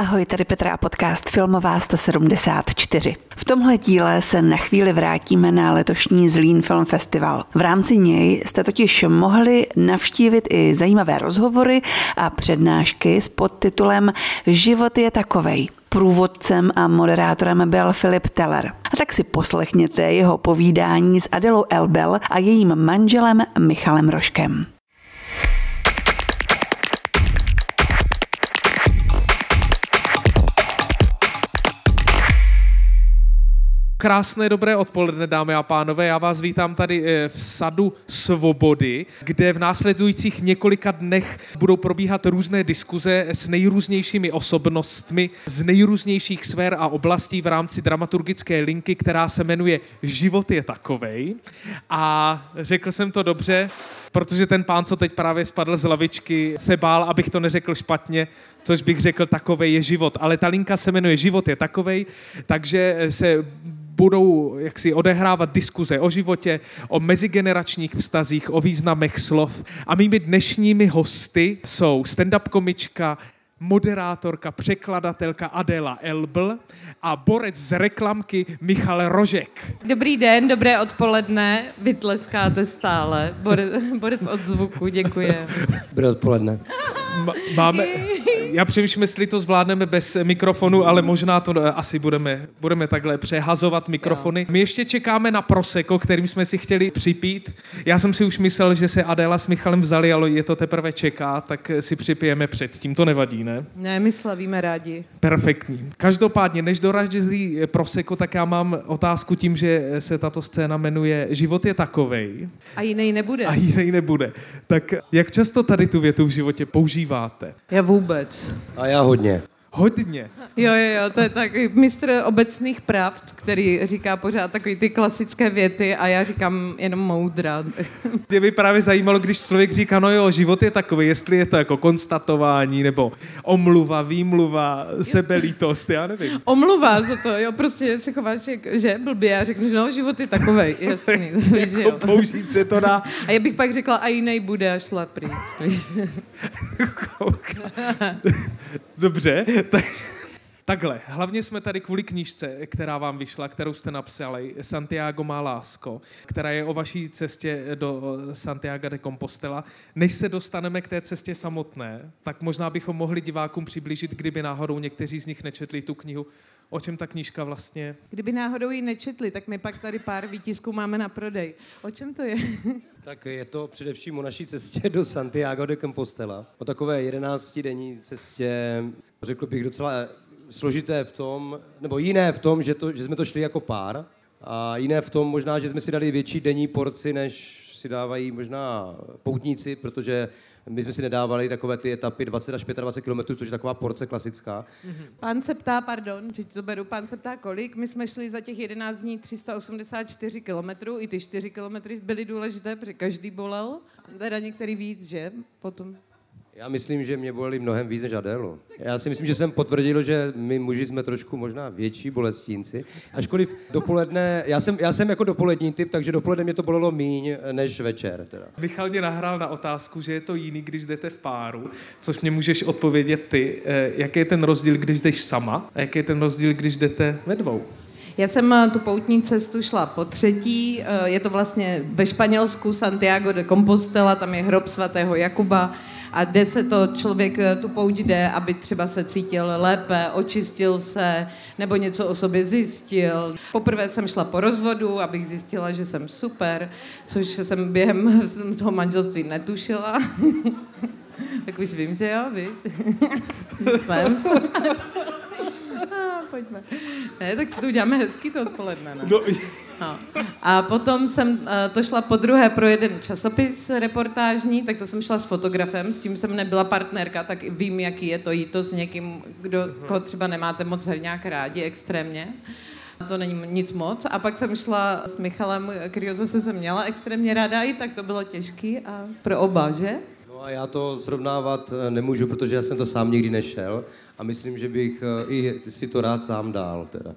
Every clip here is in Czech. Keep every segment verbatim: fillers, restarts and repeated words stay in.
Ahoj, tady Petra a podcast Filmová sto sedmdesát čtyři. V tomhle díle se na chvíli vrátíme na letošní Zlín Film Festival. V rámci něj jste totiž mohli navštívit i zajímavé rozhovory a přednášky s podtitulem Život je takovej. Průvodcem a moderátorem byl Filip Teller. A tak si poslechněte jeho povídání s Adélou Elbel a jejím manželem Michalem Rožkem. Krásné dobré odpoledne, dámy a pánové. Já vás vítám tady v Sadu Svobody, kde v následujících několika dnech budou probíhat různé diskuze s nejrůznějšími osobnostmi z nejrůznějších sfér a oblastí v rámci dramaturgické linky, která se jmenuje Život je takovej. A řekl jsem to dobře, protože ten pán, co teď právě spadl z lavičky, se bál, abych to neřekl špatně, což bych řekl, takovej je život. Ale ta linka se jmenuje Život je takovej, takže se budou jaksi odehrávat diskuze o životě, o mezigeneračních vztazích, o významech slov. A mými dnešními hosty jsou stand-up komička, moderátorka, překladatelka Adéla Elbl a borec z reklamky Michal Rožek. Dobrý den, dobré odpoledne, vytleskáte stále. Borec, borec od zvuku, děkuji. Dobré odpoledne. M- máme... Já přemýšlím, jestli to zvládneme bez mikrofonu, ale možná to asi budeme, budeme takhle přehazovat mikrofony. My ještě čekáme na Prosecco, kterým jsme si chtěli připít. Já jsem si už myslel, že se Adéla s Michalem vzali, ale je to teprve čeká, tak si připijeme předtím. To nevadí, ne? Ne, my slavíme rádi. Perfektní. Každopádně, než dorazí Prosecco, tak já mám otázku tím, že se tato scéna jmenuje Život je takovej. A jiný nebude. A jiný nebude. Tak jak často tady tu větu v životě používáte? Já vůbec. A já hodně. Hodně. Jo, jo, jo, to je takový mistr obecných pravd, který říká pořád takový ty klasické věty a já říkám jenom moudra. Mě by právě zajímalo, když člověk říká, no jo, život je takový, jestli je to jako konstatování, nebo omluva, výmluva, sebelítost, já nevím. Omluva za to, jo, prostě se chováš, jak, že blbě, a řekneš, no, život je takovej, jasný. Jako jo. Použít se to dá. A já bych pak řekla, a jiný bude a šla pryč. Dobře, tak, takhle. Hlavně jsme tady kvůli knížce, která vám vyšla, kterou jste napsali, Santiago má lásko, která je o vaší cestě do Santiago de Compostela. Než se dostaneme k té cestě samotné, tak možná bychom mohli divákům přiblížit, kdyby náhodou někteří z nich nečetli tu knihu, o čem ta knížka vlastně... Kdyby náhodou ji nečetli, tak my pak tady pár výtisků máme na prodej. O čem to je? Tak je to především o naší cestě do Santiago de Compostela. O takové jedenáctidenní cestě, řekl bych docela složité v tom, nebo jiné v tom, že, to, že jsme to šli jako pár a jiné v tom možná, že jsme si dali větší denní porci, než si dávají možná poutníci, protože my jsme si nedávali takové ty etapy dvacet až dvacet pět kilometrů, což je taková porce klasická. Pán se ptá, pardon, že to beru, pán se ptá kolik. My jsme šli za těch jedenáct dní tři sta osmdesát čtyři kilometrů, i ty čtyři kilometry byly důležité, protože každý bolel. Teda některý víc, že? Potom... Já myslím, že mě boleli mnohem víc než Adélu. Já si myslím, že jsem potvrdil, že my muži jsme trošku možná větší bolestínci. Ačkoliv dopoledne, já jsem, já jsem jako dopolední typ, takže dopoledne mě to bolelo míň než večer. Teda. Michal mě nahrál na otázku, že je to jiný, když jdete v páru, což mě můžeš odpovědět ty. Jaký je ten rozdíl, když jdeš sama a jaký je ten rozdíl, když jdete ve dvou? Já jsem tu poutní cestu šla po třetí, je to vlastně ve Španělsku Santiago de Compostela, tam je hrob svatého Jakuba. A jde se to, člověk tu pouť jde, aby třeba se cítil lépe, očistil se, nebo něco o sobě zjistil. Poprvé jsem šla po rozvodu, abych zjistila, že jsem super, což jsem během toho manželství netušila. Tak už vím, že jo, vy. Jsem. Pojďme. Ne, tak si to uděláme hezky to odpoledne, ne? No. No. A potom jsem to šla po druhé pro jeden časopis reportážní, tak to jsem šla s fotografem, s tím jsem nebyla partnerka, tak vím, jaký je to jít to s někým, kdo, koho třeba nemáte moc nějak rádi extrémně. To není nic moc. A pak jsem šla s Michalem, kterýho zase jsem měla extrémně ráda, i tak to bylo těžký a pro oba, že? No a já to srovnávat nemůžu, protože já jsem to sám nikdy nešel a myslím, že bych i si to rád sám dál teda.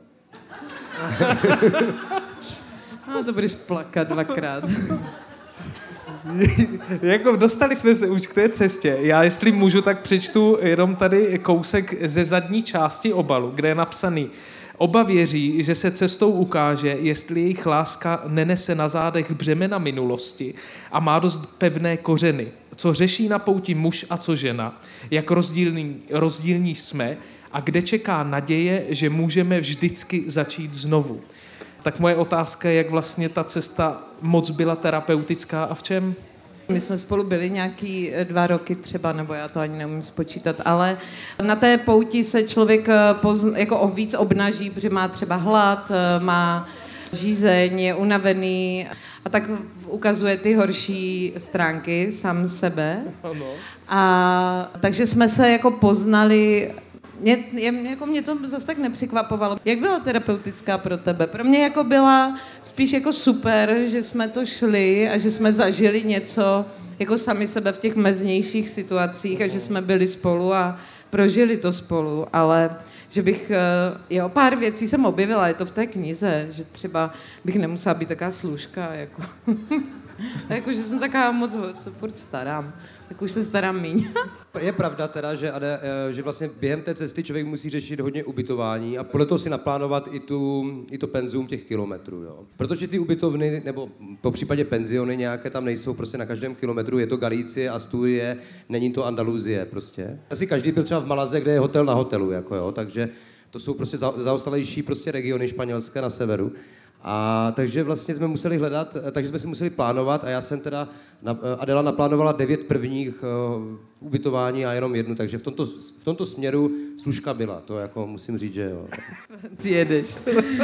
No to budeš plakat dvakrát. Jako dostali jsme se už k té cestě. Já, jestli můžu, tak přečtu jenom tady kousek ze zadní části obalu, kde je napsaný: Oba věří, že se cestou ukáže, jestli jejich láska nenese na zádech břemena minulosti a má dost pevné kořeny. Co řeší na pouti muž a co žena, jak rozdílní, rozdílní jsme a kde čeká naděje, že můžeme vždycky začít znovu. Tak moje otázka je, jak vlastně ta cesta moc byla terapeutická a v čem? My jsme spolu byli nějaký dva roky třeba, nebo já to ani neumím spočítat, ale na té pouti se člověk pozn, jako o víc obnaží, protože má třeba hlad, má žízeň, je unavený a tak ukazuje ty horší stránky sám sebe. A takže jsme se jako poznali. Mě, jako mě to zase tak nepřekvapovalo. Jak byla terapeutická pro tebe? Pro mě jako byla spíš jako super, že jsme to šli a že jsme zažili něco jako sami sebe v těch meznějších situacích a že jsme byli spolu a prožili to spolu, ale že bych, jo, pár věcí jsem objevila, je to v té knize, že třeba bych nemusela být taková služka, jako, jako že jsem taková moc, se furt starám, tak už se starám míň. Je pravda teda, že, že vlastně během té cesty člověk musí řešit hodně ubytování a podle toho si naplánovat i, tu, i to penzum těch kilometrů, jo. Protože ty ubytovny, nebo po případě penziony nějaké tam nejsou prostě na každém kilometru, je to Galicie, Asturie, není to Andaluzie prostě. Asi každý byl třeba v Malaze, kde je hotel na hotelu, jako jo, takže to jsou prostě za, zaostalejší prostě regiony španělské na severu. A takže vlastně jsme museli hledat, takže jsme si museli plánovat a já jsem teda, Adela naplánovala devět prvních uh, ubytování a jenom jednu, takže v tomto, v tomto směru služka byla, to jako musím říct, že jo. Ty jedeš.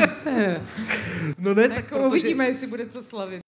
No ne, tak, tak protože... uvidíme, jestli bude co slavit.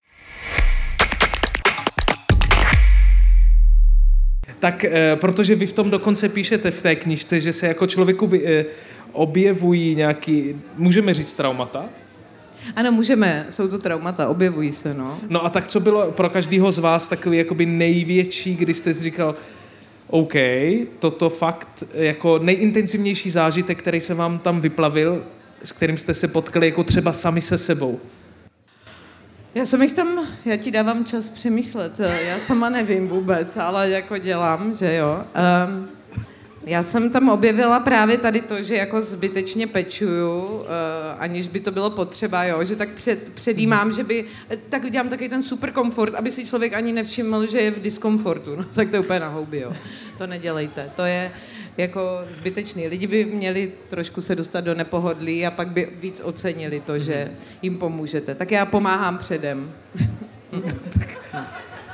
Tak e, protože vy v tom dokonce píšete v té knižce, že se jako člověku e, objevují nějaký, můžeme říct traumata? Ano, můžeme, jsou to traumata, objevují se, no. No a tak co bylo pro každého z vás takový jakoby největší, kdy jste si říkal, OK, toto fakt jako nejintenzivnější zážitek, který se vám tam vyplavil, s kterým jste se potkali jako třeba sami se sebou? Já jsem jich tam, já ti dávám čas přemýšlet, já sama nevím vůbec, ale jako dělám, že jo. Um, Já jsem tam objevila právě tady to, že jako zbytečně pečuju, uh, aniž by to bylo potřeba, jo, že tak před, předjímám, že by, tak udělám takový ten super komfort, aby si člověk ani nevšiml, že je v diskomfortu, no tak to je úplně na houby, jo. To nedělejte, to je jako zbytečný. Lidi by měli trošku se dostat do nepohodlí a pak by víc ocenili to, že jim pomůžete. Tak já pomáhám předem. No.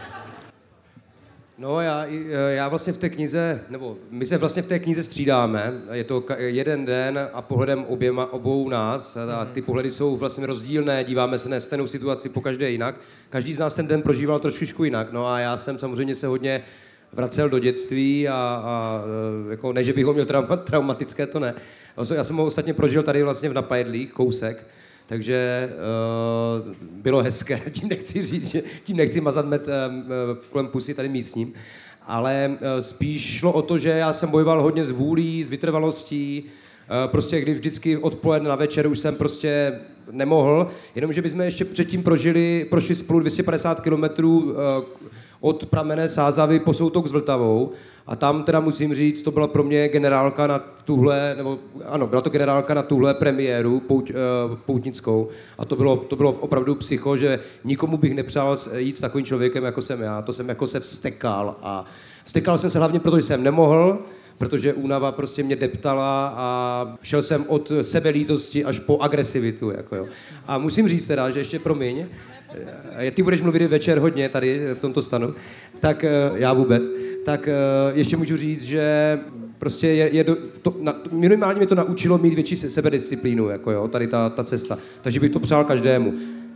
No, já, já vlastně v té knize, nebo my se vlastně v té knize střídáme, je to jeden den a pohledem oběma, obou nás a ty pohledy jsou vlastně rozdílné, díváme se na stejnou situaci po každé jinak. Každý z nás ten den prožíval trošičku jinak, no a já jsem samozřejmě se hodně vracel do dětství a, a jako ne, že bych ho měl trauma, traumatické, to ne. Já jsem ho ostatně prožil tady vlastně v Napajedlích, kousek, takže uh, bylo hezké, tím nechci říct, že tím nechci mazat med uh, kolem pusy tady místním, ale uh, spíš šlo o to, že já jsem bojoval hodně s vůlí, s vytrvalostí, uh, prostě kdy vždycky odpoledne na večer už jsem prostě nemohl, jenomže bychom ještě předtím prožili, prošli spolu dvě stě padesát kilometrů uh, od pramene Sázavy po Soutok s Vltavou. A tam teda musím říct, to byla pro mě generálka na tuhle, nebo ano, byla to generálka na tuhle premiéru pouť, uh, poutnickou. A to bylo, to bylo opravdu psycho, že nikomu bych nepřál jít s takovým člověkem, jako jsem já. To jsem jako se vztekal. A vztekal jsem se hlavně proto, že jsem nemohl, protože únava prostě mě deptala a šel jsem od sebelítosti až po agresivitu. Jako jo. A musím říct teda, že ještě promiň, ty budeš mluvit večer hodně tady v tomto stanu, tak já vůbec, tak ještě můžu říct, že prostě je, je do, to, na, minimálně mě to naučilo mít větší sebedisciplínu, jako jo, tady ta, ta cesta. Takže bych to přál každému.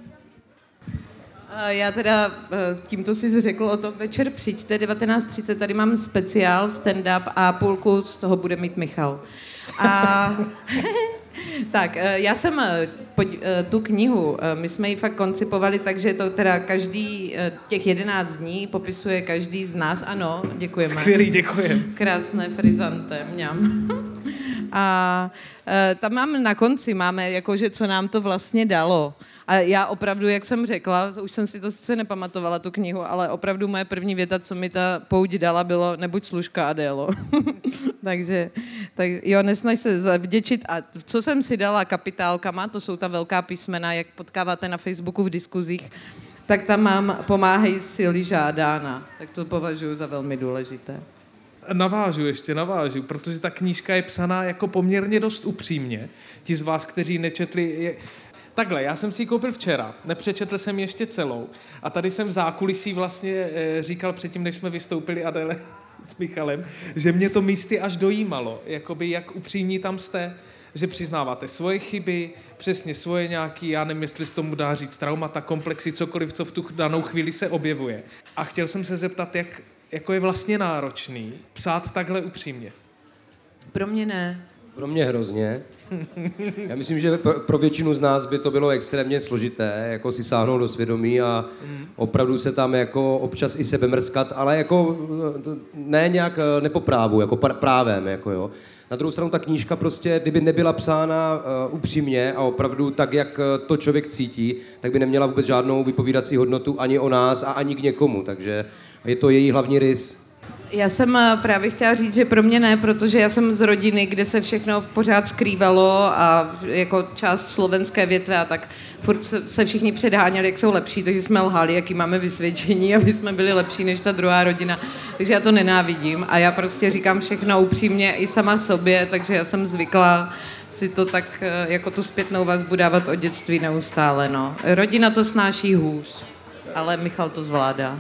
Já teda tímto si řekl o tom, večer přijďte, devatenáct třicet, tady mám speciál, stand-up a půlku z toho bude mít Michal. A tak, já jsem tu knihu, my jsme ji fakt koncipovali, takže to teda každý těch jedenáct dní popisuje každý z nás, ano, děkujeme. Skvělý, děkujeme. Krásné frizante, mňam. A tam mám na konci, máme jakože, co nám to vlastně dalo. A já opravdu, jak jsem řekla, už jsem si to sice nepamatovala, tu knihu, ale opravdu moje první věta, co mi ta pouť dala, bylo nebuď služka, Adélo. takže, tak jo, nesnaž se zavděčit. A co jsem si dala kapitálkama, to jsou ta velká písmena, jak potkáváte na Facebooku v diskuzích, tak tam mám pomáhej síly žádána. Tak to považuji za velmi důležité. Navážu ještě, navážu, protože ta knížka je psaná jako poměrně dost upřímně. Ti z vás, kteří nečetli... Je... Takhle, já jsem si ji koupil včera, nepřečetl jsem ještě celou a tady jsem v zákulisí vlastně říkal předtím, než jsme vystoupili Adéle s Michalem, že mě to místy až dojímalo, jakoby jak upřímní tam jste, že přiznáváte svoje chyby, přesně svoje nějaký, já nevím, jestli se tomu dá říct, traumata, komplexy, cokoliv, co v tu danou chvíli se objevuje. A chtěl jsem se zeptat, jak jako je vlastně náročný psát takhle upřímně. Pro mě ne. Pro mě hrozně. Já myslím, že pro většinu z nás by to bylo extrémně složité, jako si sáhnout do svědomí a opravdu se tam jako občas i sebe mrskat, ale jako ne nějak nepoprávu, jako právem, jako jo. Na druhou stranu ta knížka prostě, kdyby nebyla psána uh, upřímně a opravdu tak, jak to člověk cítí, tak by neměla vůbec žádnou vypovídací hodnotu ani o nás a ani k někomu, takže je to její hlavní rys. Já jsem právě chtěla říct, že pro mě ne, protože já jsem z rodiny, kde se všechno pořád skrývalo a jako část slovenské větve a tak furt se všichni předháněli, jak jsou lepší, takže jsme lhali, jaký máme vysvědčení, aby jsme byli lepší než ta druhá rodina. Takže já to nenávidím a já prostě říkám všechno upřímně i sama sobě, takže já jsem zvyklá si to tak jako tu zpětnou vazbu dávat od dětství neustále. No. Rodina to snáší hůř, ale Michal to zvládá.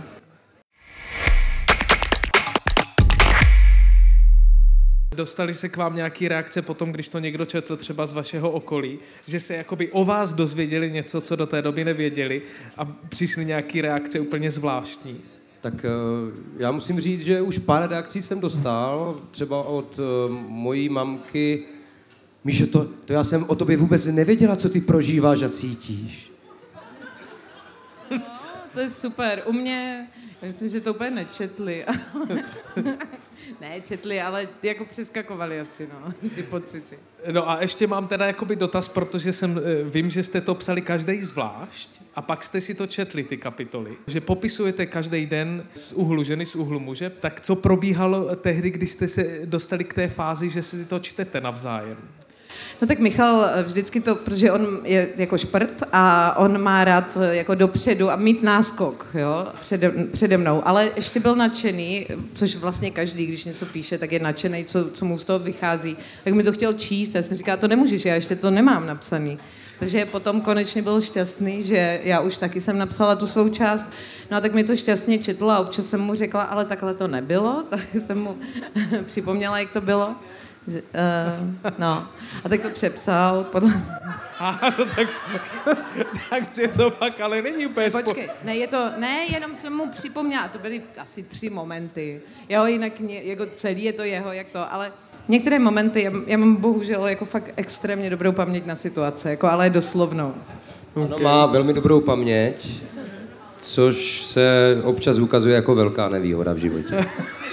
Dostali se k vám nějaký reakce potom, když to někdo četl třeba z vašeho okolí, že se jakoby o vás dozvěděli něco, co do té doby nevěděli a přišly nějaký reakce úplně zvláštní? Tak já musím říct, že už pár reakcí jsem dostal, třeba od mojí mamky. Míšo, to, to já jsem o tobě vůbec nevěděla, co ty prožíváš a cítíš. No, to je super. U mě, já myslím, že to úplně nečetli. Ne, četli, ale jako přeskakovali asi, no, ty pocity. No a ještě mám teda jakoby dotaz, protože jsem, vím, že jste to psali každý zvlášť a pak jste si to četli, ty kapitoly. Že popisujete každý den z úhlu ženy, z úhlu muže, tak co probíhalo tehdy, když jste se dostali k té fázi, že si to čtete navzájem? No tak Michal vždycky to, protože on je jako šprt a on má rád jako dopředu a mít náskok, jo, přede, přede mnou, ale ještě byl nadšený, což vlastně každý, když něco píše, tak je nadšený, co, co mu z toho vychází, tak mi to chtěl číst, já jsem říkala, to nemůžeš, já ještě to nemám napsaný. Takže potom konečně byl šťastný, že já už taky jsem napsala tu svou část, no a tak mi to šťastně četl a občas jsem mu řekla, ale takhle to nebylo, tak jsem mu připomněla, jak to bylo. Uh, no, a tak to přepsal podle... A, tak, takže to pak ale není úplně... Počkej, ne, je to, ne, jenom jsem mu připomněla, to byly asi tři momenty. Jo, jinak ně, jako celý je to jeho, jak to, ale některé momenty, já, já mám bohužel jako fakt extrémně dobrou paměť na situace, jako ale doslovnou. Okay. Ono má velmi dobrou paměť, což se občas ukazuje jako velká nevýhoda v životě.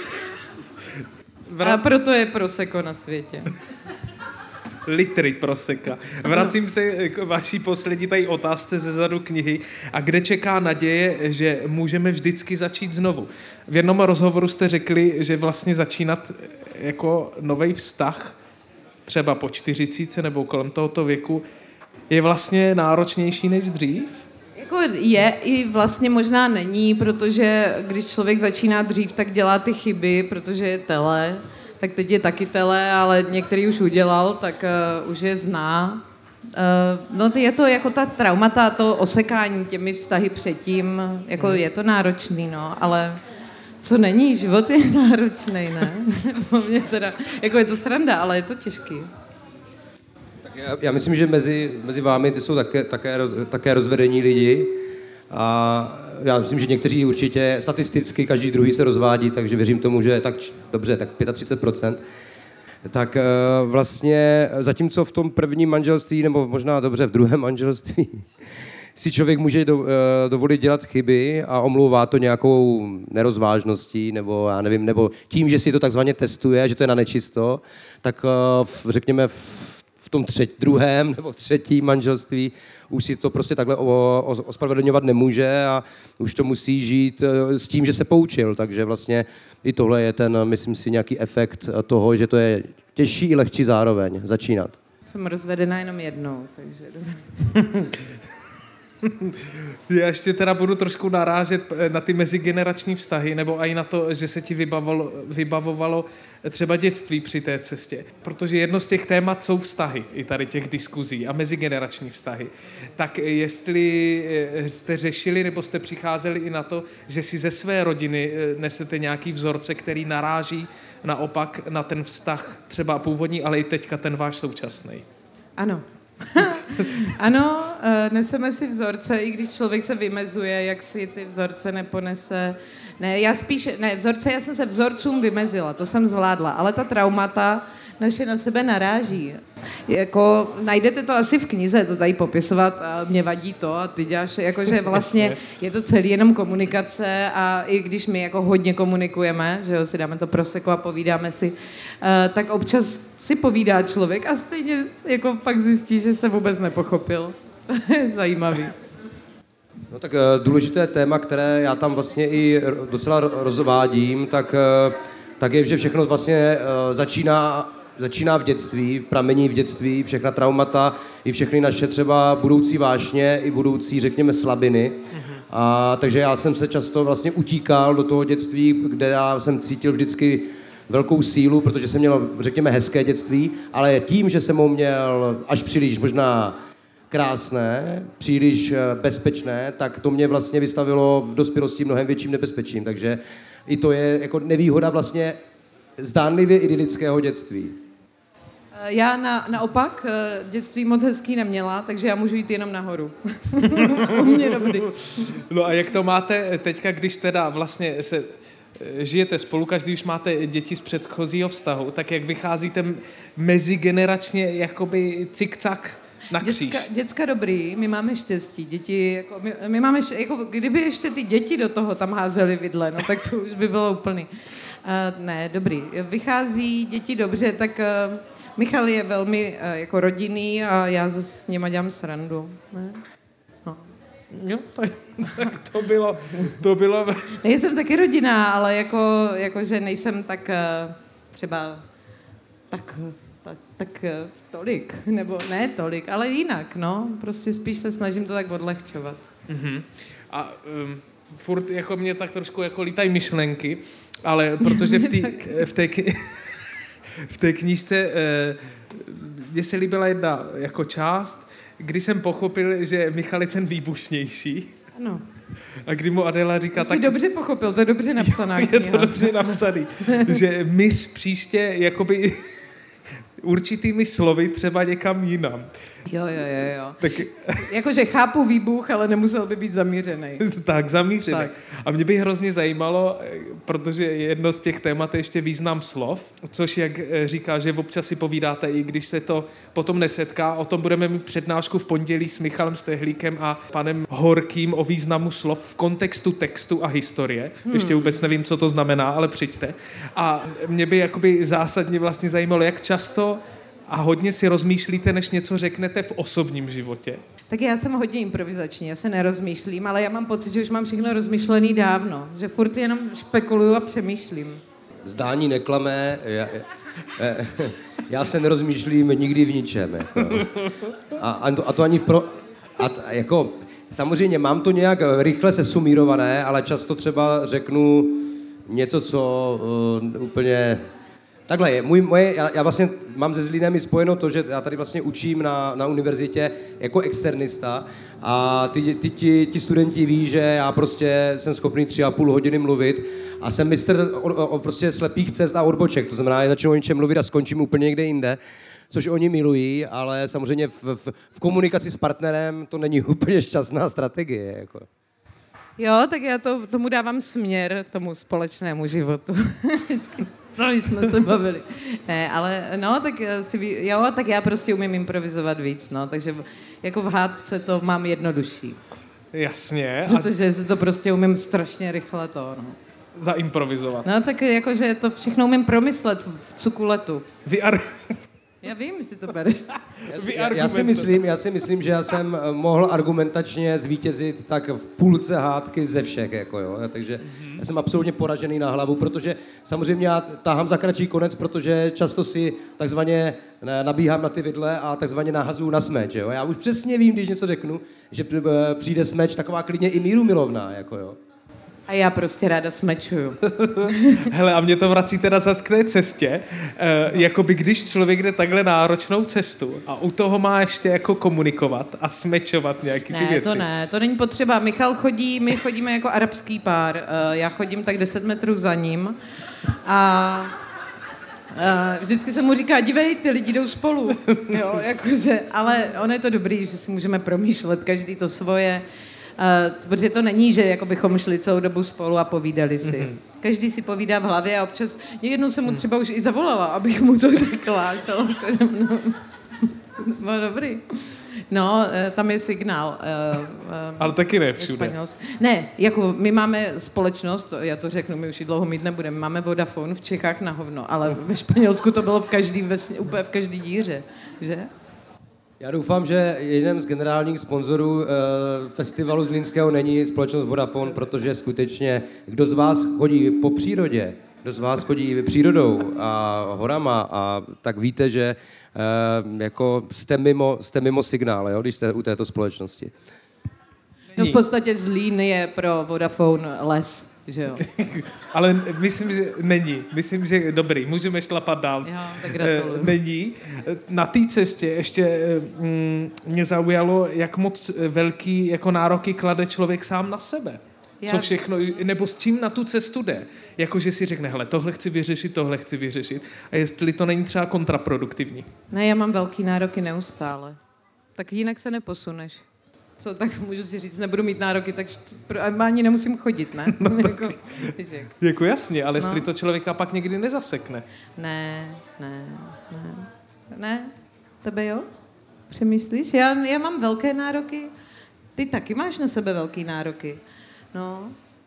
A proto je prosecco na světě. Litry proseka. Vracím se k vaší poslední tady otázce ze zadu knihy. A kde čeká naděje, že můžeme vždycky začít znovu? V jednom rozhovoru jste řekli, že vlastně začínat jako nový vztah, třeba po čtyřicítce nebo kolem tohoto věku, je vlastně náročnější než dřív? Jako je i vlastně možná není, protože když člověk začíná dřív, tak dělá ty chyby, protože je tele, tak teď je taky tele, ale některý už udělal, tak uh, už je zná. Uh, no je to jako ta traumata, to osekání těmi vztahy předtím, jako je to náročný, no, ale co není, život je náročný, ne? To mě teda, jako je to sranda, ale je to těžký. Já, já myslím, že mezi, mezi vámi ty jsou také, také, roz, také rozvedení lidi a já myslím, že někteří určitě statisticky každý druhý se rozvádí, takže věřím tomu, že tak dobře, tak třicet pět procent. Tak vlastně zatímco v tom prvním manželství, nebo možná dobře v druhém manželství, si člověk může do, dovolit dělat chyby a omlouvá to nějakou nerozvážností, nebo já nevím, nebo tím, že si to takzvaně testuje, že to je na nečisto, tak v, řekněme v tom třetí, druhém nebo třetím manželství už si to prostě takhle ospravedlňovat nemůže a už to musí žít s tím, že se poučil. Takže vlastně i tohle je ten, myslím si, nějaký efekt toho, že to je těžší i lehčí zároveň začínat. Jsem rozvedená jenom jednou, takže Já ještě teda budu trošku narážet na ty mezigenerační vztahy, nebo i na to, že se ti vybavovalo, vybavovalo třeba dětství při té cestě. Protože jedno z těch témat jsou vztahy, i tady těch diskuzí a mezigenerační vztahy. Tak jestli jste řešili, nebo jste přicházeli i na to, že si ze své rodiny nesete nějaký vzorce, který naráží naopak na ten vztah třeba původní, ale i teďka ten váš současný. Ano. Ano, neseme si vzorce, i když člověk se vymezuje, jak si ty vzorce neponese. Ne, já spíš, ne, vzorce, já jsem se vzorcům vymezila, to jsem zvládla, ale ta traumata naše na sebe naráží. Jako, najdete to asi v knize, to tady popisovat, a mě vadí to a ty děláš, jakože vlastně je to celý jenom komunikace a i když my jako hodně komunikujeme, že jo, si dáme to prosecco a povídáme si, uh, tak občas si povídá člověk a stejně jako pak zjistí, že se vůbec nepochopil. Zajímavý. No tak důležité téma, které já tam vlastně i docela rozvádím, tak, tak je, že všechno vlastně začíná, začíná v dětství, pramení v dětství, všechna traumata, i všechny naše třeba budoucí vášně, i budoucí, řekněme, slabiny. A, takže já jsem se často vlastně utíkal do toho dětství, kde já jsem cítil vždycky velkou sílu, protože jsem měl, řekněme, hezké dětství, ale tím, že jsem ho měl až příliš možná krásné, příliš bezpečné, tak to mě vlastně vystavilo v dospělosti mnohem větším nebezpečím. Takže i to je jako nevýhoda vlastně zdánlivě idylického dětství. Já na, naopak dětství moc hezký neměla, takže já můžu jít jenom nahoru. U mě dobrý. No a jak to máte teďka, když teda vlastně se žijete spolu, každý už máte děti z předchozího vztahu, tak jak vycházíte mezigeneračně jakoby cik-cak na kříž? Děcka, děcka dobrý, my máme štěstí, děti, jako, my, my máme, jako, kdyby ještě ty děti do toho tam házely vidle, no tak to už by bylo úplný. Uh, ne, dobrý, vychází děti dobře, tak uh, Michal je velmi uh, jako rodinný a já zase s něma dělám srandu, ne? No. Jo, tak, tak to bylo, to bylo... Nejsem taky rodinná, ale jako, jako že nejsem tak uh, třeba tak, tak, tak uh, tolik, nebo ne tolik, ale jinak, no, prostě spíš se snažím to tak odlehčovat. Uh-huh. A um, furt jako mě tak trošku jako lítají myšlenky, ale protože v, tý, v, té, v té knížce uh, mně se líbila jedna jako část, kdy jsem pochopil, že Michal je ten výbušnější. Ano. A kdy mu Adela říká... To tak... jsi dobře pochopil, to je dobře napsaná Je kniha. to dobře napsaný. Že myš příště jakoby určitými slovy třeba někam jinam. Jo, jo, jo, jo. Tak... Jakože chápu výbuch, ale nemusel by být zamířený. Tak, zamířený. Tak. A mě by hrozně zajímalo, protože jedno z těch témat je ještě význam slov, což jak říká, že občas si povídáte, i když se to potom nesetká. O tom budeme mít přednášku v pondělí s Michalem Stehlíkem a panem Horkým o významu slov v kontextu textu a historie. Hmm. Ještě vůbec nevím, co to znamená, ale přijďte. A mě by jakoby zásadně vlastně zajímalo, jak často a hodně si rozmýšlíte, než něco řeknete v osobním životě. Tak já jsem hodně improvizační, já se nerozmýšlím, ale já mám pocit, že už mám všechno rozmyšlený dávno, že furt jenom špekuluju a přemýšlím. Zdání neklame, já, já, já se nerozmýšlím nikdy v ničem. Jako. A, a, to, a to ani v pro... A t, jako, samozřejmě mám to nějak rychle sesumírované, ale často třeba řeknu něco, co uh, úplně... Takhle je, můj, moje, já, já vlastně mám se Zlínem i spojeno to, že já tady vlastně učím na, na univerzitě jako externista a ty, ty, ty, ty studenti ví, že já prostě jsem schopný tři a půl hodiny mluvit a jsem mistr o, o, prostě slepých cest a odboček, to znamená, že začnu o něčem mluvit a skončím úplně někde jinde, což oni milují, ale samozřejmě v, v, v komunikaci s partnerem to není úplně šťastná strategie. Jako. Jo, tak já to, tomu dávám směr, tomu společnému životu. No, jsme se bavili. Ne, ale no, tak si, jo, tak já prostě umím improvizovat víc, no, takže jako v hádce to mám jednodušší. Jasně. Protože si to prostě umím strašně rychle to, no. Zaimprovizovat. No, tak jakože to všechno umím promyslet v cukuletu. Vy ar... Já vím, jestli to bereš. Já, já, si myslím, já si myslím, že já jsem mohl argumentačně zvítězit tak v půlce hádky ze všech, jako jo. Takže mm-hmm. já jsem absolutně poražený na hlavu, protože samozřejmě já tahám za kratší konec, protože často si takzvaně nabíhám na ty vidle a takzvaně nahazuju na smeč, jo. Já už přesně vím, když něco řeknu, že přijde smeč taková klidně i míru milovná, jako jo. A já prostě ráda smečuju. Hele, a mě to vrací teda zase k té cestě. E, jakoby když člověk jde takhle náročnou cestu a u toho má ještě jako komunikovat a smečovat nějaký ty ne, věci. Ne, to ne, to není potřeba. Michal chodí, my chodíme jako arabský pár. E, já chodím tak deset metrů za ním a e, vždycky se mu říká, dívej, ty lidi jdou spolu. Jo, jakože, ale ono je to dobrý, že si můžeme promýšlet každý to svoje. Uh, protože to není, že jako bychom šli celou dobu spolu a povídali si. Mm-hmm. Každý si povídá v hlavě a občas, jednou jsem mu třeba už i zavolala, abych mu to řekla. Bylo dobrý. No, tam je signál. Uh, uh, Ale taky ne všude. Ne, jako my máme společnost, já to řeknu, my už ji dlouho mít nebudeme, máme Vodafone v Čechách na hovno, ale ve Španělsku to bylo v každý, úplně v každý díře, že? Já doufám, že jeden z generálních sponzorů e, festivalu Zlínského není společnost Vodafone, protože skutečně, kdo z vás chodí po přírodě, kdo z vás chodí přírodou a horama, a tak víte, že e, jako jste mimo, jste mimo signál, jo, když jste u této společnosti. No v podstatě Zlín je pro Vodafone les. Že jo. Ale myslím, že není. Myslím, že dobrý. Můžeme šlapat dál. Jo, tak gratuluju. Není. Na té cestě ještě mm, mě zaujalo, jak moc velký jako nároky klade člověk sám na sebe. Já. Co všechno, nebo s čím na tu cestu jde. Jakože si řekne, hele, tohle chci vyřešit, tohle chci vyřešit. A jestli to není třeba kontraproduktivní. Ne, já mám velký nároky neustále. Tak jinak se neposuneš. Co, tak můžu si říct, nebudu mít nároky, tak ani nemusím chodit, ne? No jako, jako jasně, ale no. Jestli to člověka pak někdy nezasekne. Ne, ne, ne. Ne? Tebe jo? Přemýšlíš? Já, já mám velké nároky. Ty taky máš na sebe velké nároky. No,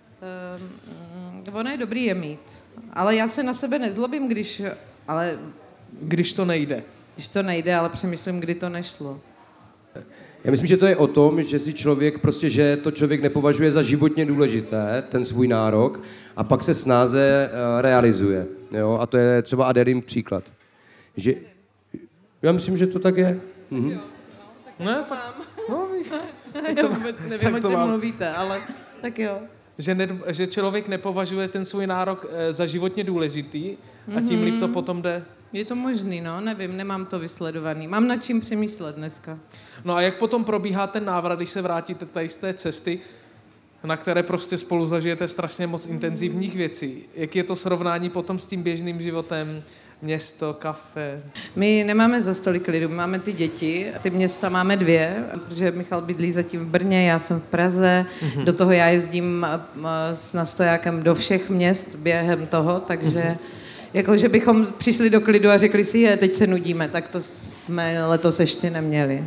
um, ono je dobrý je mít. Ale já se na sebe nezlobím, když... Ale, když to nejde. Když to nejde, ale přemýšlím, kdy to nešlo. Já myslím, že to je o tom, že si člověk prostě, že to člověk nepovažuje za životně důležité, ten svůj nárok, a pak se snáze uh, realizuje. Jo? A to je třeba Aderin příklad. Že, já myslím, že to tak je. Mhm. Jo, no, tak ne, tak, no, víš, já vůbec nevím, o čem mluvíte, ale tak jo. Že, ne, že člověk nepovažuje ten svůj nárok e, za životně důležitý a tím mm-hmm. líp to potom jde. Je to možný, no, nevím, nemám to vysledovaný. Mám nad čím přemýšlet dneska. No a jak potom probíhá ten návrat, když se vrátíte tady z té cesty, na které prostě spolu zažijete strašně moc intenzivních věcí? Jak je to srovnání potom s tím běžným životem? Město, kafe? My nemáme za stolik lidu, my máme ty děti. Ty města máme dvě, protože Michal bydlí zatím v Brně, já jsem v Praze. Mm-hmm. Do toho já jezdím s nastojákem do všech měst během toho, takže... Mm-hmm. Jako, že bychom přišli do klidu a řekli si, je, teď se nudíme, tak to jsme letos ještě neměli.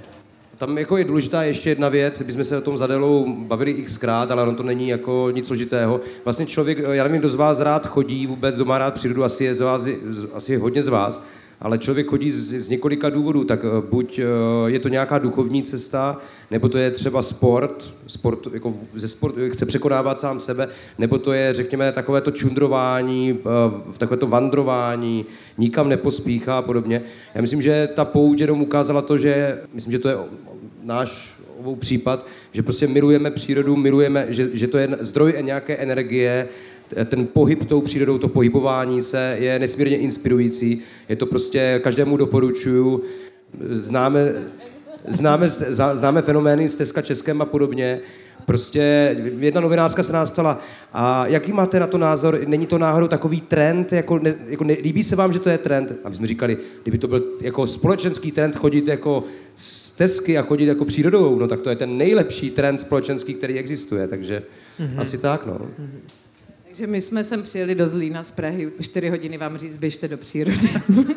Tam jako je důležitá ještě jedna věc, bychom se o tom s Adelou bavili xkrát, ale ono to není jako nic složitého. Vlastně člověk, já nevím, kdo z vás rád chodí, vůbec kdo má rád přírodu, asi je, z vás, asi je hodně z vás, ale člověk chodí z, z několika důvodů, tak buď je to nějaká duchovní cesta, nebo to je třeba sport, sport jako ze sport, chce překonávat sám sebe, nebo to je, řekněme, takové to čundrování, takové to vandrování, nikam nepospíchá a podobně. Já myslím, že ta pouť jenom ukázala to, že, myslím, že to je náš obou případ, že prostě milujeme přírodu, milujeme, že, že to je zdroj nějaké energie, ten pohyb tou přírodou, to pohybování se je nesmírně inspirující. Je to prostě, každému doporučuju. Známe, známe, známe fenomény Stezka Českém a podobně. Prostě jedna novinářka se nás ptala, a jaký máte na to názor, není to náhodou takový trend, jako, ne, jako ne, líbí se vám, že to je trend? A my jsme říkali, kdyby to byl jako společenský trend chodit jako stezky a chodit jako přírodou, no tak to je ten nejlepší trend společenský, který existuje, takže mm-hmm. asi tak, no. Mm-hmm. Takže my jsme sem přijeli do Zlína z Prahy, čtyři hodiny vám říct, běžte do přírody.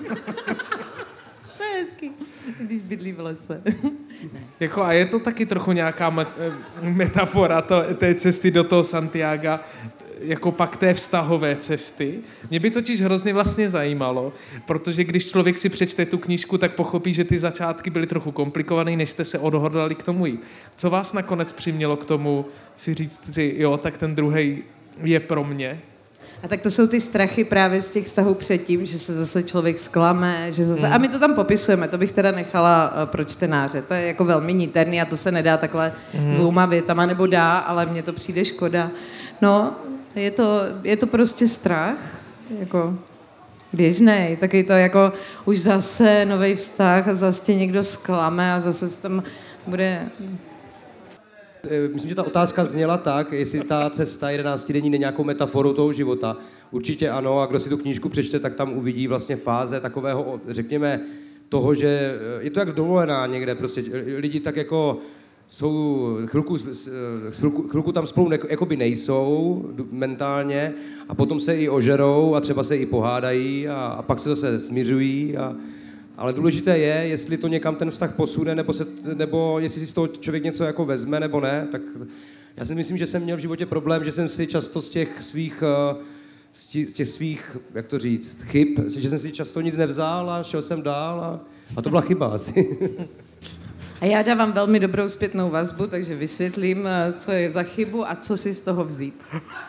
To je hezký, když bydlí v lese. Jako, a je to taky trochu nějaká met- metafora to, té cesty do toho Santiaga, jako pak té vztahové cesty. Mě by totiž hrozně vlastně zajímalo, protože když člověk si přečte tu knížku, tak pochopí, že ty začátky byly trochu komplikované, než jste se odhodlali k tomu jít. Co vás nakonec přimělo k tomu si říct si, jo, tak ten druhej je pro mě? A tak to jsou ty strachy právě z těch vztahů předtím, že se zase člověk zklame, že zase... Hmm. A my to tam popisujeme, to bych teda nechala pro čtenáře. To je jako velmi niterný a to se nedá takhle hmm. dvouma větama, nebo dá, ale mně to přijde škoda. No, je to, je to prostě strach, jako běžnej, taky to jako už zase nový vztah a zase tě někdo zklame a zase tam bude... Myslím, že ta otázka zněla tak, jestli ta cesta jedenáctidenní není nějakou metaforou toho života. Určitě ano, a kdo si tu knížku přečte, tak tam uvidí vlastně fáze takového, řekněme, toho, že je to jak dovolená někde, prostě lidi tak jako jsou, chvilku, chvilku, chvilku tam spolu ne, jakoby nejsou mentálně a potom se i ožerou a třeba se i pohádají a, a pak se zase smířují a ale důležité je, jestli to někam ten vztah posune, nebo, se, nebo jestli si z toho člověk něco jako vezme, nebo ne. Tak já si myslím, že jsem měl v životě problém, že jsem si často z těch svých, z těch svých, jak to říct, chyb, že jsem si často nic nevzal a šel jsem dál a, a to byla chyba asi. A já dávám velmi dobrou zpětnou vazbu, takže vysvětlím, co je za chybu a co si z toho vzít.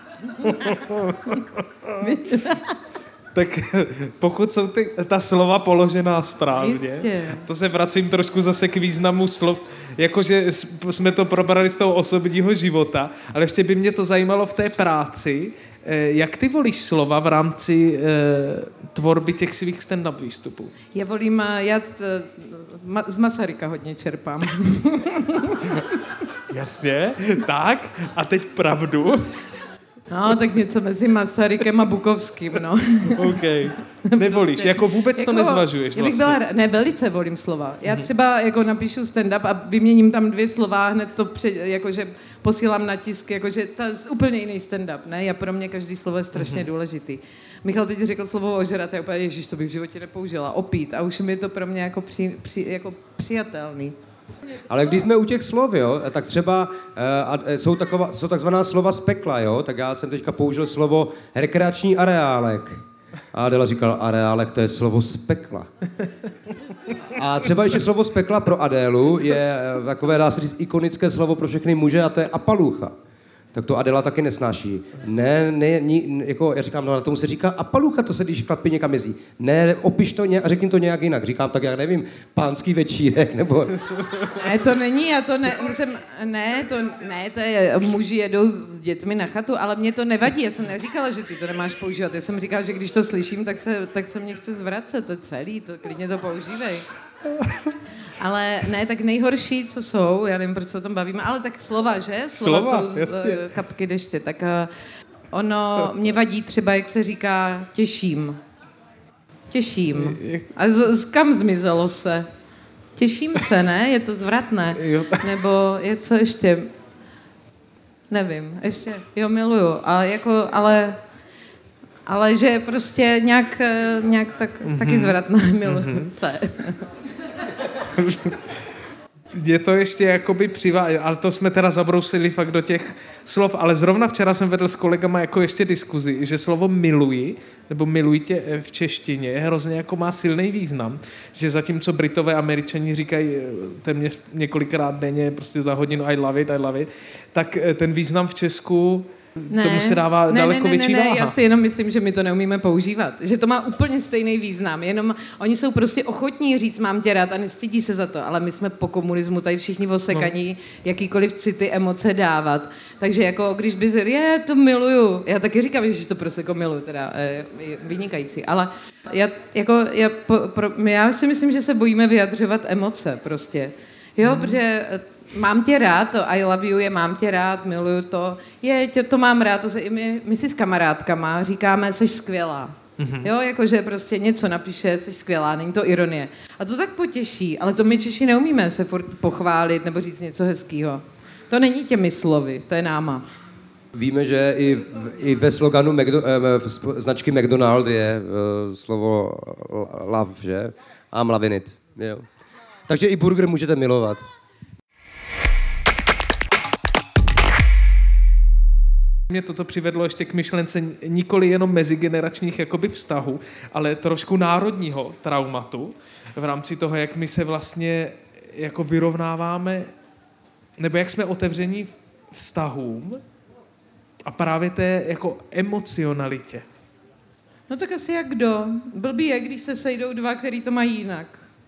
Tak pokud jsou ty, ta slova položená správně, Jistě. To se vracím trošku zase k významu slov, jakože jsme to probrali z toho osobního života, ale ještě by mě to zajímalo v té práci, jak ty volíš slova v rámci eh, tvorby těch svých stand-up výstupů? Já volím, já t, ma, z Masaryka hodně čerpám. Jasně, tak a teď pravdu. No, tak něco mezi Masarykem a Bukovským, no. OK. Nevolíš, jako vůbec jako, to nezvažuješ já bych vlastně. byla, ne, velice volím slova. Já třeba jako napíšu stand-up a vyměním tam dvě slova, hned to před, jakože posílám na tisk, jakože to je úplně jiný stand-up, ne? Já pro mě každý slovo je strašně důležitý. Michal teď řekl slovo ožrat, já úplně, ježiš, to bych v životě nepoužila, opít a už mi je to pro mě jako, při, při, jako přijatelný. Ale když jsme u těch slov, jo, tak třeba uh, jsou, taková, jsou takzvaná slova z pekla, jo, tak já jsem teďka použil slovo rekreační areálek. A Adela říkala, areálek, to je slovo z pekla. A třeba ještě slovo z pekla pro Adélu je takové, dá se říct, ikonické slovo pro všechny muže a to je apalucha. Tak to Adela taky nesnáší. Ne, ne, ní, jako já říkám, no na tomu se říká apalucha, to se když chlapi někam jezí. Ne, opiš to nějak, řekni to nějak jinak. Říkám, tak já nevím, pánský večírek, nebo... Ne, to není, já to ne, jsem, ne, to, ne, to je, muži jedou s dětmi na chatu, ale mě to nevadí, já jsem neříkala, že ty to nemáš používat, já jsem říkala, že když to slyším, tak se, tak se mě chce zvracet, to celý, to klidně to používej. Ale ne, tak nejhorší, co jsou, já nevím, proč se o tom bavíme, ale tak slova, že? Slova, slova jsou z, uh, kapky deště, tak uh, ono, mě vadí třeba, jak se říká těším. Těším. A z, z kam zmizelo se? Těším se, ne? Je to zvratné. Nebo je co ještě? Nevím, ještě, jo, miluju, ale jako, ale... Ale že prostě nějak, nějak tak, mm-hmm. taky zvratné, miluju mm-hmm. se. Je to ještě jakoby přivá, ale to jsme teda zabrousili fakt do těch slov, ale zrovna včera jsem vedl s kolegama jako ještě diskuzi, že slovo miluji, nebo miluji tě v češtině, hrozně jako má silný význam, že zatímco Britové a Američani říkají téměř několikrát denně, prostě za hodinu I love it, I love it, tak ten význam v Česku ne, tomu se dává ne, daleko ne, ne, větší ne, váha. Já si jenom myslím, že my to neumíme používat. Že to má úplně stejný význam. Jenom oni jsou prostě ochotní říct mám tě rád a nestydí se za to. Ale my jsme po komunismu tady všichni osekaní no. jakýkoliv city, emoce dávat. Takže jako když by řekl, je, to miluju. Já taky říkám, že to prostě jako miluju, teda je vynikající. Ale já, jako, já, po, pro, já si myslím, že se bojíme vyjadřovat emoce prostě. Jo, mm. protože mám tě rád, to I love you je mám tě rád, miluju to, je, tě, to mám rád, to se i my, my si s kamarádkama říkáme, jsi skvělá. Mm-hmm. Jo, jakože prostě něco napíše, jsi skvělá, není to ironie. A to tak potěší, ale to my Češi neumíme se furt pochválit nebo říct něco hezkýho. To není těmi slovy, to je náma. Víme, že i, i ve sloganu McDo, eh, značky McDonald je eh, slovo love, že? I'm loving it. Jo. Takže i burger můžete milovat. Mě toto přivedlo ještě k myšlence nikoli jenom mezigeneračních jakoby vztahů, ale trošku národního traumatu v rámci toho, jak my se vlastně jako vyrovnáváme, nebo jak jsme otevření vztahům a právě té jako emocionalitě. No tak asi jak kdo. Blbý je, když se sejdou dva, který to mají jinak.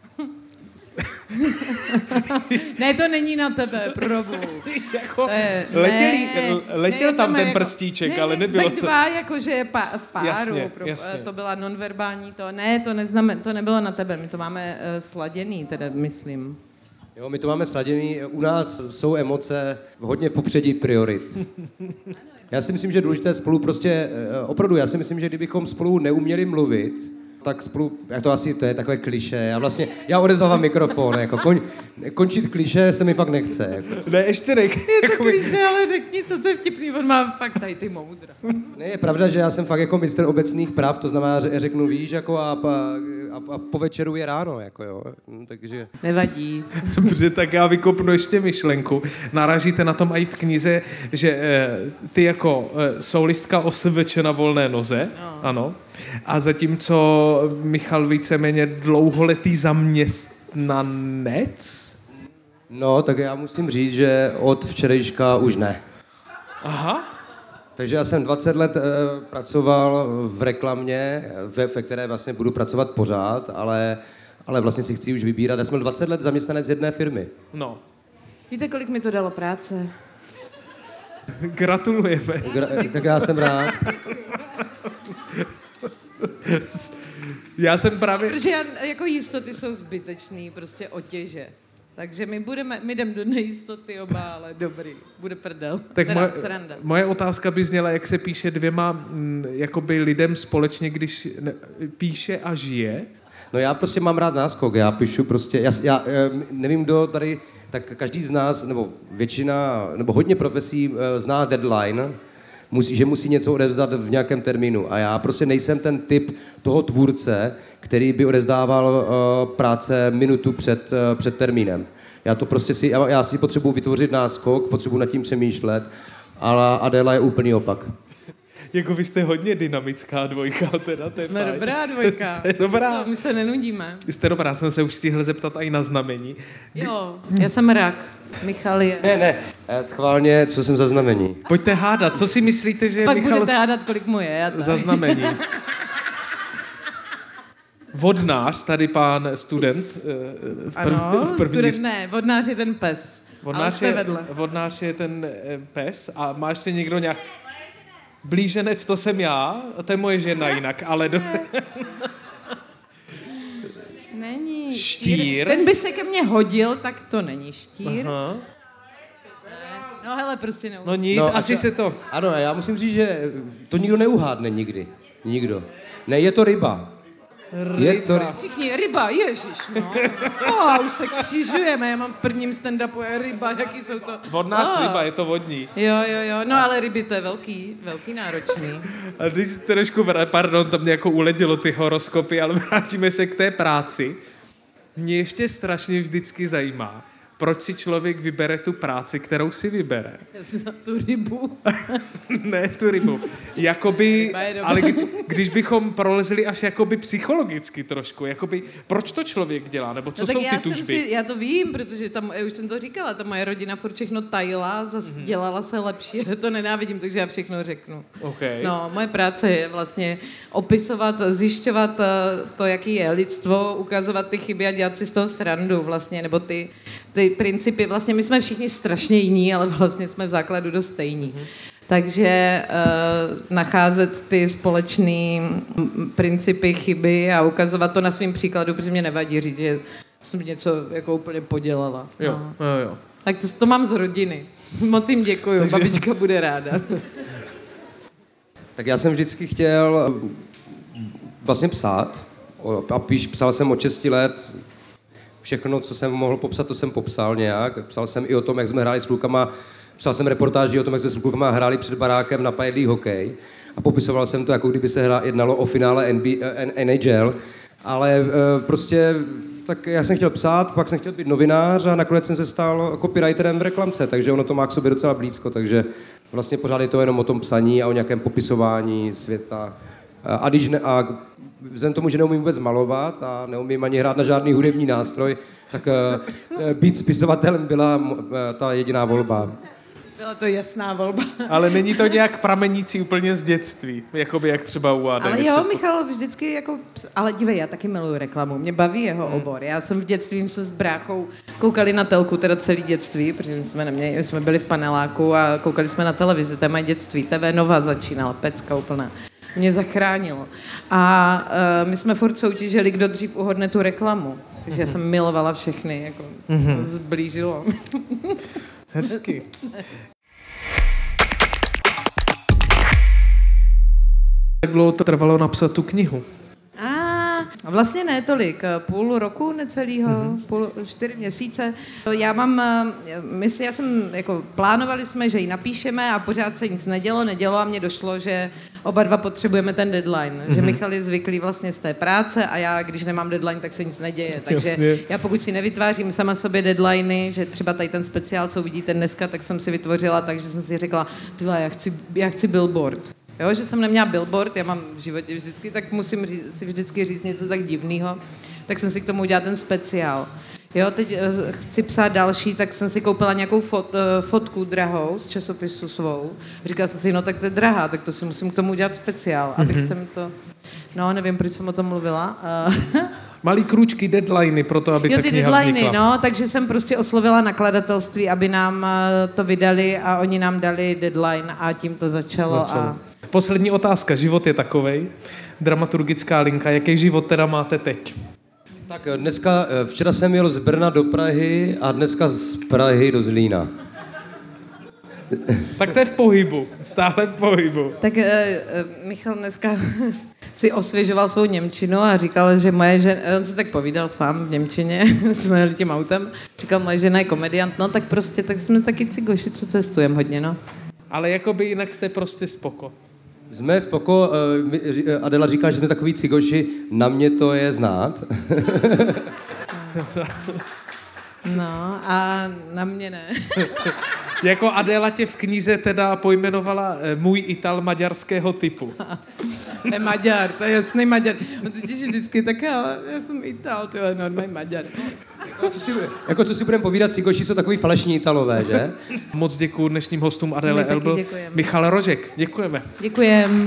Ne, to není na tebe, probohu. jako je, letělí, ne, letěl ne, tam ten jako, prstíček, ne, ale nebylo to. dva, jakože je pá, v páru. Jasně, pro, jasně. To byla nonverbální to. Ne, to neznamen, to nebylo na tebe, my to máme uh, sladěný, teda myslím. Jo, my to máme sladěný. U nás jsou emoce hodně v popředí priorit. Já si myslím, že je důležité spolu prostě, opravdu, já si myslím, že kdybychom spolu neuměli mluvit, tak spolu, jak to asi, to je takové klišé. Já vlastně, já odezvávám mikrofon, jako kon, končit klišé se mi fakt nechce. Jako. Ne, ještě nech. Je to klišé, ale řekni, co to je vtipný, on má fakt tady ty moudra. Ne, je pravda, že já jsem fakt jako mistr obecných práv, to znamená, že řeknu, víš, jako a, a, a po večeru je ráno, jako jo. No, takže... Nevadí. Dobře, tak já vykopnu ještě myšlenku. Narážíte na tom i v knize, že eh, ty jako eh, solistka O S V Č na volné noze, no. Ano, a zatímco Michal víceméně dlouholetý zaměstnanec? No, tak já musím říct, že od včerejška už ne. Aha. Takže já jsem dvacet let e, pracoval v reklamě, ve, ve které vlastně budu pracovat pořád, ale, ale vlastně si chci už vybírat. Já jsem byl dvacet let zaměstnanec jedné firmy. No. Víte, kolik mi to dalo práce? Gratulujeme. Gra, tak já jsem rád. Já jsem právě... Protože já, jako jistoty jsou zbytečný, prostě otěže. Takže my budeme, my jdem do nejistoty oba, ale dobrý, bude prdel. Tak teda moje, sranda. moje otázka by zněla, jak se píše dvěma m, jakoby lidem společně, když ne, píše a žije. No já prostě mám rád náskok, já píšu prostě, já, já nevím, kdo tady, tak každý z nás, nebo většina, nebo hodně profesí zná deadline, musí, že musí něco odevzdat v nějakém termínu. A já prostě nejsem ten typ toho tvůrce, který by odevzdával uh, práce minutu před, uh, před termínem. Já to prostě si, já, já si potřebuji vytvořit náskok, potřebuji nad tím přemýšlet, ale Adéla je úplný opak. Jako vy jste hodně dynamická dvojka, teda. Jsme fajn. Dobrá dvojka. Jste dobrá. Co, my se nenudíme. Jste dobrá, jsem se už stihl zeptat i na znamení. Jo, já jsem rak. Michal je... Ne, ne, schválně, co jsem za znamení. Pojďte hádat, co si myslíte, že je Pak Michal... budete hádat, kolik mu je. Já za znamení. Vodnář, tady pán student. V prv, ano, v první... student ne, vodnář je ten pes. Vodnář je, vedle. vodnář je ten pes a má ještě někdo nějak... Blíženec, to jsem já, to je moje žena jinak, ale... Do... Není. Štír. Ten by se ke mně hodil, tak to není štír. Aha. No hele, prostě neumím. No nic, no, asi to, se to... Ano, já musím říct, že to nikdo neuhádne nikdy. Nikdo. Ne, je to ryba. Ryba. Je to ryba. Všichni, ryba, ježiš, no. Oh, už se křižujeme, já mám v prvním stand-upu je ryba, jaký jsou to... Vodnář oh. ryba, je to vodní. Jo, jo, jo, no ale ryby to je velký, velký náročný. A když trošku, pardon, to mě jako uledilo ty horoskopy, ale vrátíme se k té práci. Mě ještě strašně vždycky zajímá, proč si člověk vybere tu práci, kterou si vybere. Za tu rybu. Ne, tu rybu. Jakoby, ale kdy, když bychom prolezli až jakoby psychologicky trošku, jakoby, proč to člověk dělá, nebo co no, tak jsou já ty tužby? Jsem si, já to vím, protože tam, já už jsem to říkala, ta moje rodina furt všechno tajila, zase mm-hmm. dělala se lepší, to nenávidím, takže já všechno řeknu. Okay. No, moje práce je vlastně opisovat, zjišťovat to, jaký je lidstvo, ukazovat ty chyby a dělat si z toho srandu vlastně, nebo ty, ty principy, vlastně my jsme všichni strašně jiní, ale vlastně jsme v základu dost stejní. Mm-hmm. Takže uh, nacházet ty společné principy, chyby a ukazovat to na svým příkladu, protože mě nevadí říct, že jsem něco jako úplně podělala. Jo, no. jo, jo. Tak to, to mám z rodiny. Moc jim děkuju, takže... babička bude ráda. Tak já jsem vždycky chtěl vlastně psát a píš, psal jsem od šesti let. Všechno, co jsem mohl popsat, to jsem popsal nějak. Psal jsem i o tom, jak jsme hráli s klukama, psal jsem reportáži o tom, jak jsme s klukama hráli před barákem na pajedlý hokej. A popisoval jsem to, jako kdyby se hra, jednalo o finále N B A, N H L. Ale e, prostě, tak já jsem chtěl psát, pak jsem chtěl být novinář a nakonec jsem se stal copywriterem v reklamce, takže ono to má k sobě docela blízko, takže Vlastně pořád je to jenom o tom psaní a o nějakém popisování světa. A když ne, a vzhledem tomu, že neumím vůbec malovat a neumím ani hrát na žádný hudební nástroj, tak uh, být spisovatelem byla uh, ta jediná volba. Byla to jasná volba. Ale není to nějak pramenící úplně z dětství, jakoby jak třeba u Adely. Ale jo, Michal vždycky jako, ale dívej, já taky miluji reklamu, mě baví jeho hmm. obor. Já jsem v dětství se s bráchou koukali na telku, teda celý dětství, protože jsme neměli, jsme byli v paneláku a koukali jsme na televizi, to je moje dětství, T V Nova začínala, pecka úplná. Mě zachránilo. A uh, my jsme furt soutěžili, kdo dřív uhodne tu reklamu. Takže já jsem milovala všechny, jako mm-hmm. zblížilo. Hezky. Jak dlouho to trvalo napsat tu knihu? A vlastně ne tolik, půl roku necelýho, mm-hmm. půl, čtyři měsíce. Já mám, my si, já jsem, jako plánovali jsme, že ji napíšeme a pořád se nic nedělo, nedělo a mně došlo, že oba dva potřebujeme ten deadline, mm-hmm. že Michal je zvyklý vlastně z té práce a já, když nemám deadline, tak se nic neděje. Takže Jasně. já pokud si nevytvářím sama sobě deadliny, že třeba tady ten speciál, co vidíte dneska, tak jsem si vytvořila, takže jsem si řekla, tyhle, já chci, já chci billboard. Jo, že jsem neměla billboard, já mám v životě vždycky, tak musím říct, si vždycky říct něco tak divného, tak jsem si k tomu udělala ten speciál. Jo, teď uh, chci psát další, tak jsem si koupila nějakou fot, uh, fotku drahou z časopisu svou. Říkala jsem si, no tak to je drahá, tak to si musím k tomu udělat speciál, abych mm-hmm. jsem to... No, nevím, proč jsem o tom mluvila. Uh, Malý krůčky, deadliny pro to, aby jo, ta ty kniha deadliny, vznikla. No, takže jsem prostě oslovila nakladatelství, aby nám uh, to vydali a oni nám dali deadline a tím to začalo. začalo. A... Poslední otázka. Život je takovej. Dramaturgická linka. Jaký život teda máte teď? Tak dneska, včera jsem jel z Brna do Prahy a dneska z Prahy do Zlína. Tak to je v pohybu. Stále v pohybu. Tak uh, uh, Michal dneska si osvěžoval svou němčinu a říkal, že moje žena, on se tak povídal sám v němčině, jsme jeli tím autem, říkal, moje žena je komediant, no tak prostě, tak jsme taky cigoši, co cestujeme hodně, no. Ale jakoby jinak jste prostě spoko. Jsme spoko, uh, Adela říká, že jsme takový cigoši, na mě to je znát. No a na mě ne. Jako Adela tě v knize teda pojmenovala můj Ital maďarského typu. To je Maďar, to je jasný Maďar. On totiž vždycky také, ale já jsem Ital, to je normální Maďar. Jako co si, jako co si budeme povídat, cigoši jsou takový falešní Italové, že? Moc děkuju dnešním hostům Adele Elbl. Michal Rožek, děkujeme. Děkujem.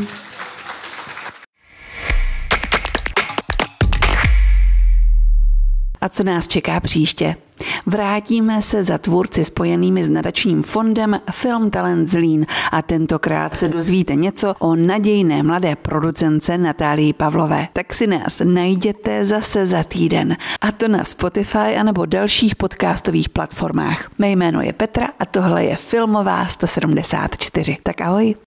A co nás čeká příště? Vrátíme se za tvůrci spojenými s nadačním fondem Film Talent Zlín a tentokrát se dozvíte něco o nadějné mladé producence Natálii Pavlové. Tak si nás najděte zase za týden. A to na Spotify anebo dalších podcastových platformách. Mé jméno je Petra a tohle je Filmová sto sedmdesát čtyři. Tak ahoj.